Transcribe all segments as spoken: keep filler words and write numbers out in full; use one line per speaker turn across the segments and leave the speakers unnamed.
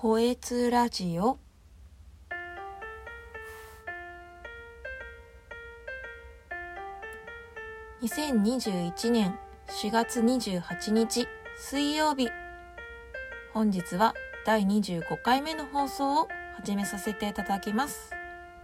こえつラジオ。にせんにじゅういちねんしがつにじゅうはちにち水曜日、本日はだいにじゅうごかいめの放送を始めさせていただきます。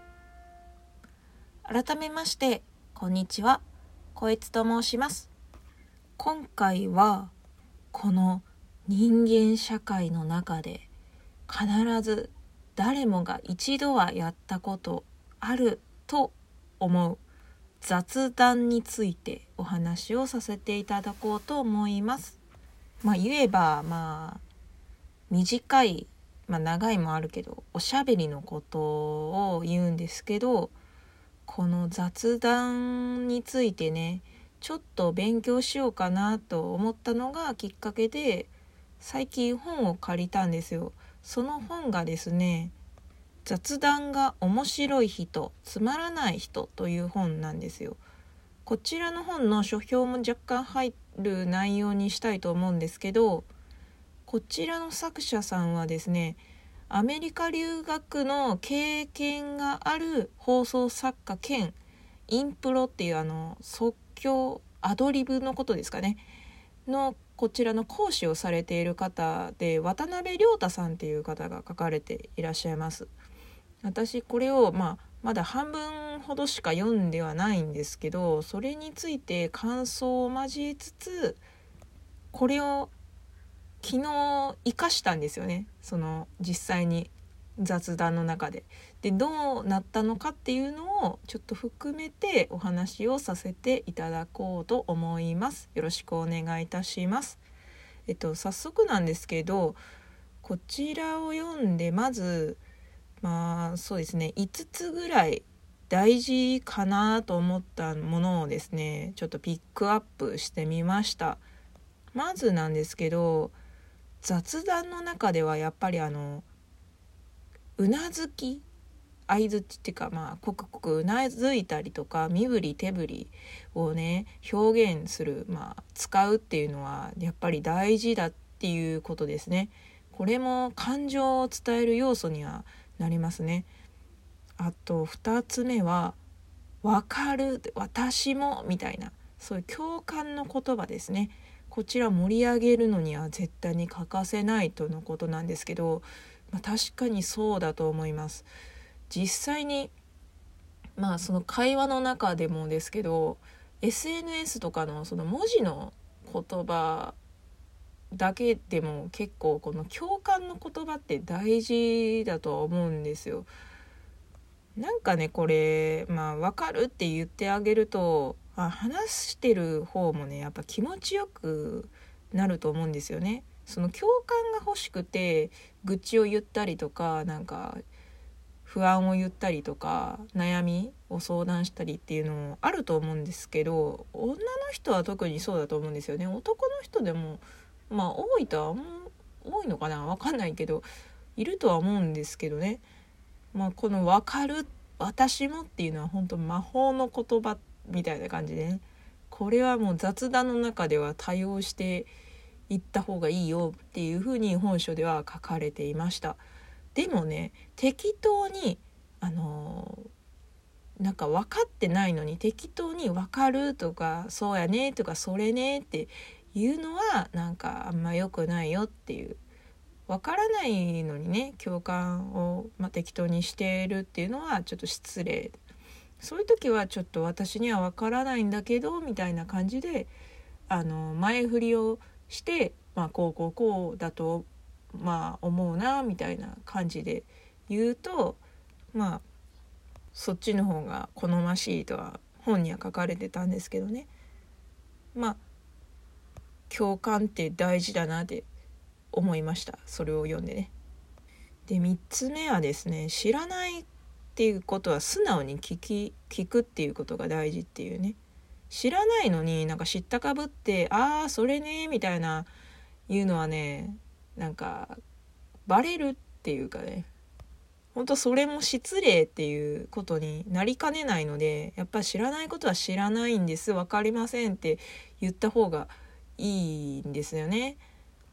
改めましてこんにちは、こえつと申します。今回はこの人間社会の中で必ず誰もが一度はやったことあると思う雑談についてお話をさせていただこうと思います。まあ言えばまあ短い、まあ長いもあるけどおしゃべりのことを言うんですけど、この雑談についてねちょっと勉強しようかなと思ったのがきっかけで、最近本を借りたんですよ。その本がですね、雑談が面白い人、つまらない人という本なんですよ。こちらの本の書評も若干入る内容にしたいと思うんですけど、こちらの作者さんはですね、アメリカ留学の経験がある放送作家兼インプロっていうあの即興アドリブのことですかねのこちらの講師をされている方で、渡辺亮太さんっていう方が書かれていらっしゃいます。私これを、まあ、まだ半分ほどしか読んではないんですけど、それについて感想を交えつつこれを昨日生かしたんですよね。その実際に雑談の中ででどうなったのかっていうのをちょっと含めてお話をさせていただこうと思います。よろしくお願いいたします。えっと早速なんですけど、こちらを読んでまずまあそうですねいつつぐらい大事かなと思ったものをですねちょっとピックアップしてみました。まずなんですけど、雑談の中ではやっぱりあのうなずき相づちっていうか、まあコクコクうなずいたりとか身振り手振りをね表現する、まあ使うっていうのはやっぱり大事だっていうことですね。これも感情を伝える要素にはなりますね。あとふたつめはわかる、私もみたいなそういう共感の言葉ですね。こちら盛り上げるのには絶対に欠かせないとのことなんですけど、まあ、確かにそうだと思います。実際にまあその会話の中でもですけど エスエヌエス とかのその文字の言葉だけでも結構この共感の言葉って大事だとは思うんですよ。なんかねこれまあ分かるって言ってあげるとあ話してる方もねやっぱ気持ちよくなると思うんですよね。その共感が欲しくて愚痴を言ったりとかなんか不安を言ったりとか悩みを相談したりっていうのもあると思うんですけど、女の人は特にそうだと思うんですよね。男の人でもまあ多いとは多いのかな分かんないけどいるとは思うんですけどね。まあこの分かる私もっていうのは本当魔法の言葉みたいな感じでね、これはもう雑談の中では多用していった方がいいよっていうふうに本書では書かれていました。でもね適当にあのー、なんか分かってないのに適当に分かるとかそうやねとかそれねっていうのはなんかあんま良くないよっていう、分からないのにね共感を、まあ、適当にしているっていうのはちょっと失礼。そういう時はちょっと私には分からないんだけどみたいな感じであの前振りをして、まあ、こうこうこうだとまあ思うなみたいな感じで言うと、まあそっちの方が好ましいとは本には書かれてたんですけどね。まあ共感って大事だなって思いました、それを読んでね。でみっつめはですね、知らないっていうことは素直に聞き聞くっていうことが大事っていうね。知らないのになんか知ったかぶってああそれねみたいな言うのはねなんかバレるっていうかね、本当それも失礼っていうことになりかねないので、やっぱり知らないことは知らないんです、分かりませんって言った方がいいんですよね。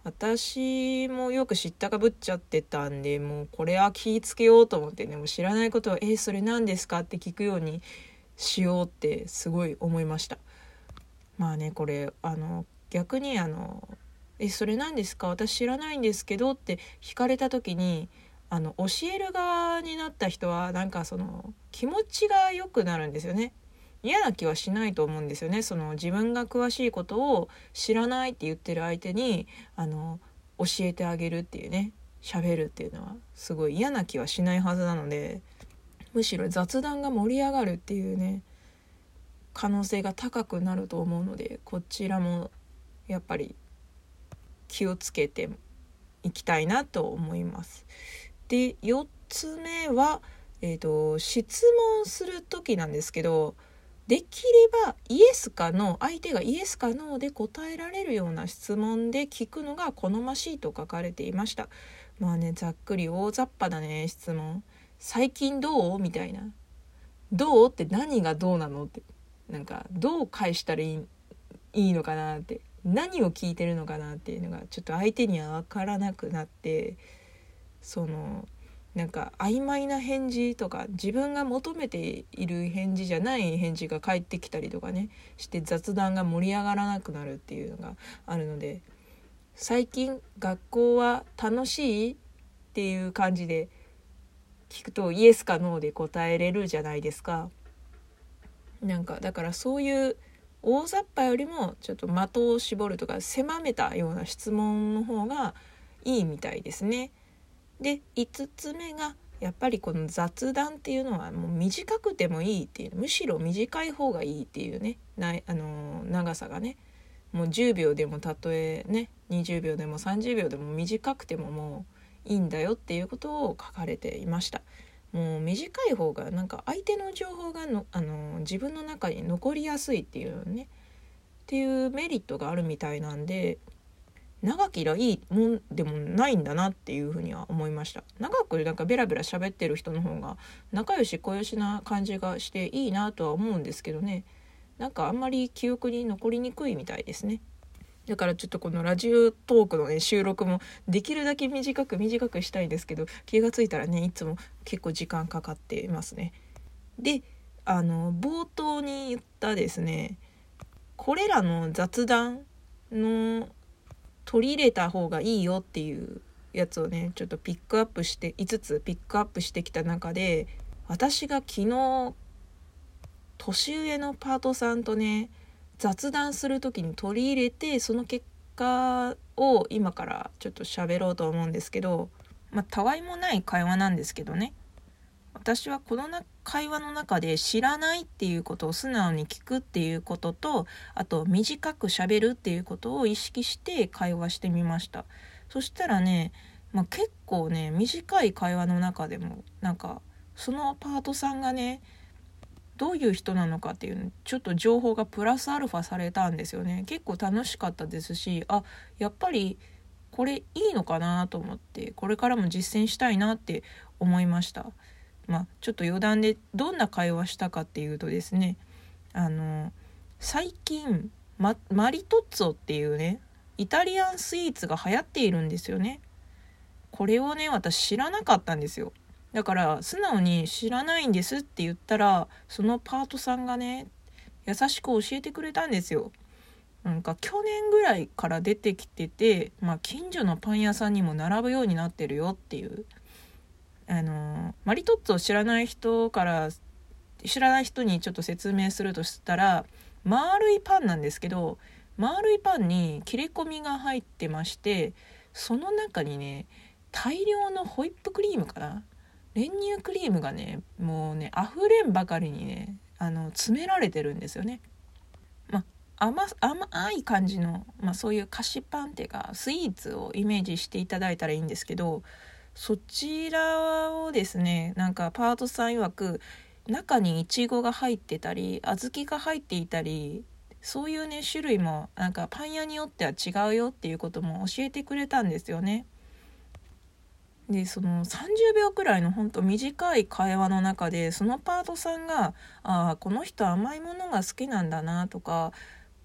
私もよく知ったかぶっちゃってたんで、もうこれは気ぃつけようと思ってね、もう知らないことはえそれ何ですかって聞くようにしようってすごい思いました。まあね、これあの逆にあのえそれ何ですか私知らないんですけどって聞かれた時に、あの教える側になった人はなんかその気持ちが良くなるんですよね。嫌な気はしないと思うんですよね。その自分が詳しいことを知らないって言ってる相手にあの教えてあげるっていうね、喋るっていうのはすごい嫌な気はしないはずなので、むしろ雑談が盛り上がるっていうね可能性が高くなると思うので、こちらもやっぱり気をつけていきたいなと思います。でよっつめは、えーと、質問する時なんですけど、できればイエスかノー、相手がイエスかノーで答えられるような質問で聞くのが好ましいと書かれていました。まあね、ざっくり大雑把だね質問。最近どうみたいな。どうって何がどうなのって、なんかどう返したらいい、いいのかなって、何を聞いてるのかなっていうのがちょっと相手には分からなくなって、そのなんか曖昧な返事とか自分が求めている返事じゃない返事が返ってきたりとかねして雑談が盛り上がらなくなるっていうのがあるので、最近学校は楽しいっていう感じで聞くとイエスかノーで答えれるじゃないですか。なんかだからそういう大雑把よりもちょっと的を絞るとか狭めたような質問の方がいいみたいですね。でいつつめがやっぱりこの雑談っていうのはもう短くてもいいっていう、むしろ短い方がいいっていうね、なあのー、長さがね、もうじゅうびょうでもたとえねにじゅうびょうでもさんじゅうびょうでも短くてももういいんだよっていうことを書かれていました。もう短い方がなんか相手の情報がの、あのー、自分の中に残りやすいっていうねっていうメリットがあるみたいなんで、長きらいいもんでもないんだなっていうふうには思いました。長くなんかベラベラ喋ってる人の方が仲良し小良しな感じがしていいなとは思うんですけどね、なんかあんまり記憶に残りにくいみたいですね。だからちょっとこのラジオトークのね収録もできるだけ短く短くしたいんですけど、気がついたらねいつも結構時間かかっていますね。であの冒頭に言ったですね、これらの雑談の取り入れた方がいいよっていうやつをねちょっとピックアップしていつつピックアップしてきた中で、私が昨日年上のパートさんとね雑談する時に取り入れて、その結果を今からちょっと喋ろうと思うんですけど、まあたわいもない会話なんですけどね、私はこの会話の中で知らないっていうことを素直に聞くっていうことと、あと短く喋るっていうことを意識して会話してみました。そしたらね、まあ、結構ね短い会話の中でもなんかそのパートさんがねどういう人なのかっていうちょっと情報がプラスアルファされたんですよね。結構楽しかったですし、あやっぱりこれいいのかなと思って、これからも実践したいなって思いました。まあ、ちょっと余談でどんな会話したかっていうとですね、あの最近、ま、マリトッツォっていうねイタリアンスイーツが流行っているんですよね。これをね私知らなかったんですよ。だから素直に知らないんですって言ったら、そのパートさんがね優しく教えてくれたんですよ。なんか去年ぐらいから出てきてて、まあ、近所のパン屋さんにも並ぶようになってるよっていう、あのマリトッツォを知らない人から知らない人にちょっと説明するとしたら、丸いパンなんですけど、丸いパンに切れ込みが入ってまして、その中にね大量のホイップクリームかな、練乳クリームがねもうね溢れんばかりにねあの詰められてるんですよね。まあ甘甘い感じの、まあ、そういう菓子パンっていうかスイーツをイメージしていただいたらいいんですけど、そちらをですねなんかパートさん曰く中にイチゴが入ってたり小豆が入っていたり、そういうね種類もなんかパン屋によっては違うよっていうことも教えてくれたんですよね。でそのさんじゅうびょうくらいのほんと短い会話の中で、そのパートさんがあこの人甘いものが好きなんだなとか、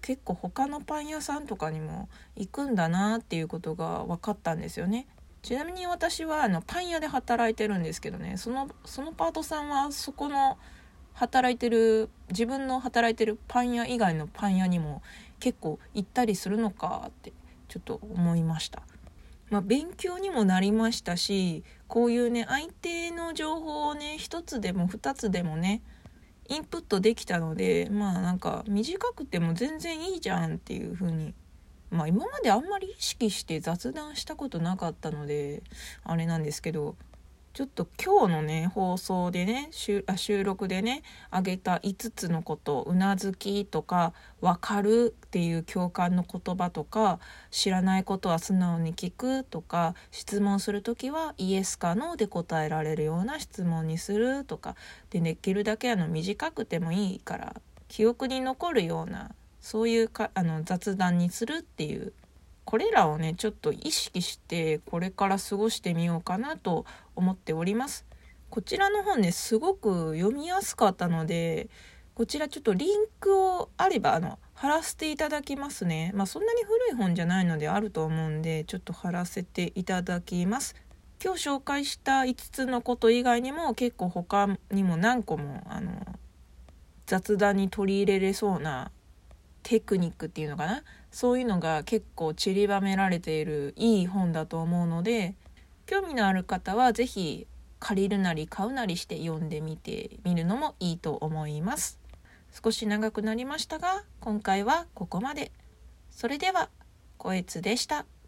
結構他のパン屋さんとかにも行くんだなっていうことが分かったんですよね。ちなみに私はあのパン屋で働いてるんですけどね、そのそのパートさんはそこの働いてる自分の働いてるパン屋以外のパン屋にも結構行ったりするのかってちょっと思いました。まあ、勉強にもなりましたし、こういうね相手の情報をね一つでも二つでもねインプットできたので、まあなんか短くても全然いいじゃんっていう風に、まあ今まであんまり意識して雑談したことなかったのであれなんですけど、ちょっと今日のね放送でね 収, あ収録でね挙げたいつつのこと、うなずきとかわかるっていう共感の言葉とか、知らないことは素直に聞くとか、質問するときはイエスかノーで答えられるような質問にするとかで、できるだけあの短くてもいいから記憶に残るようなそういうかあの雑談にするっていう、これらをねちょっと意識してこれから過ごしてみようかなと思っております。こちらの本ねすごく読みやすかったので、こちらちょっとリンクをあればあの貼らせていただきますね。まあそんなに古い本じゃないのであると思うんでちょっと貼らせていただきます。今日紹介したいつつのこと以外にも結構他にも何個もあの雑談に取り入れれそうなテクニックっていうのかな、そういうのが結構散りばめられているいい本だと思うので、興味のある方はぜひ借りるなり買うなりして読んでみてみるのもいいと思います。少し長くなりましたが今回はここまで。それではこえつでした。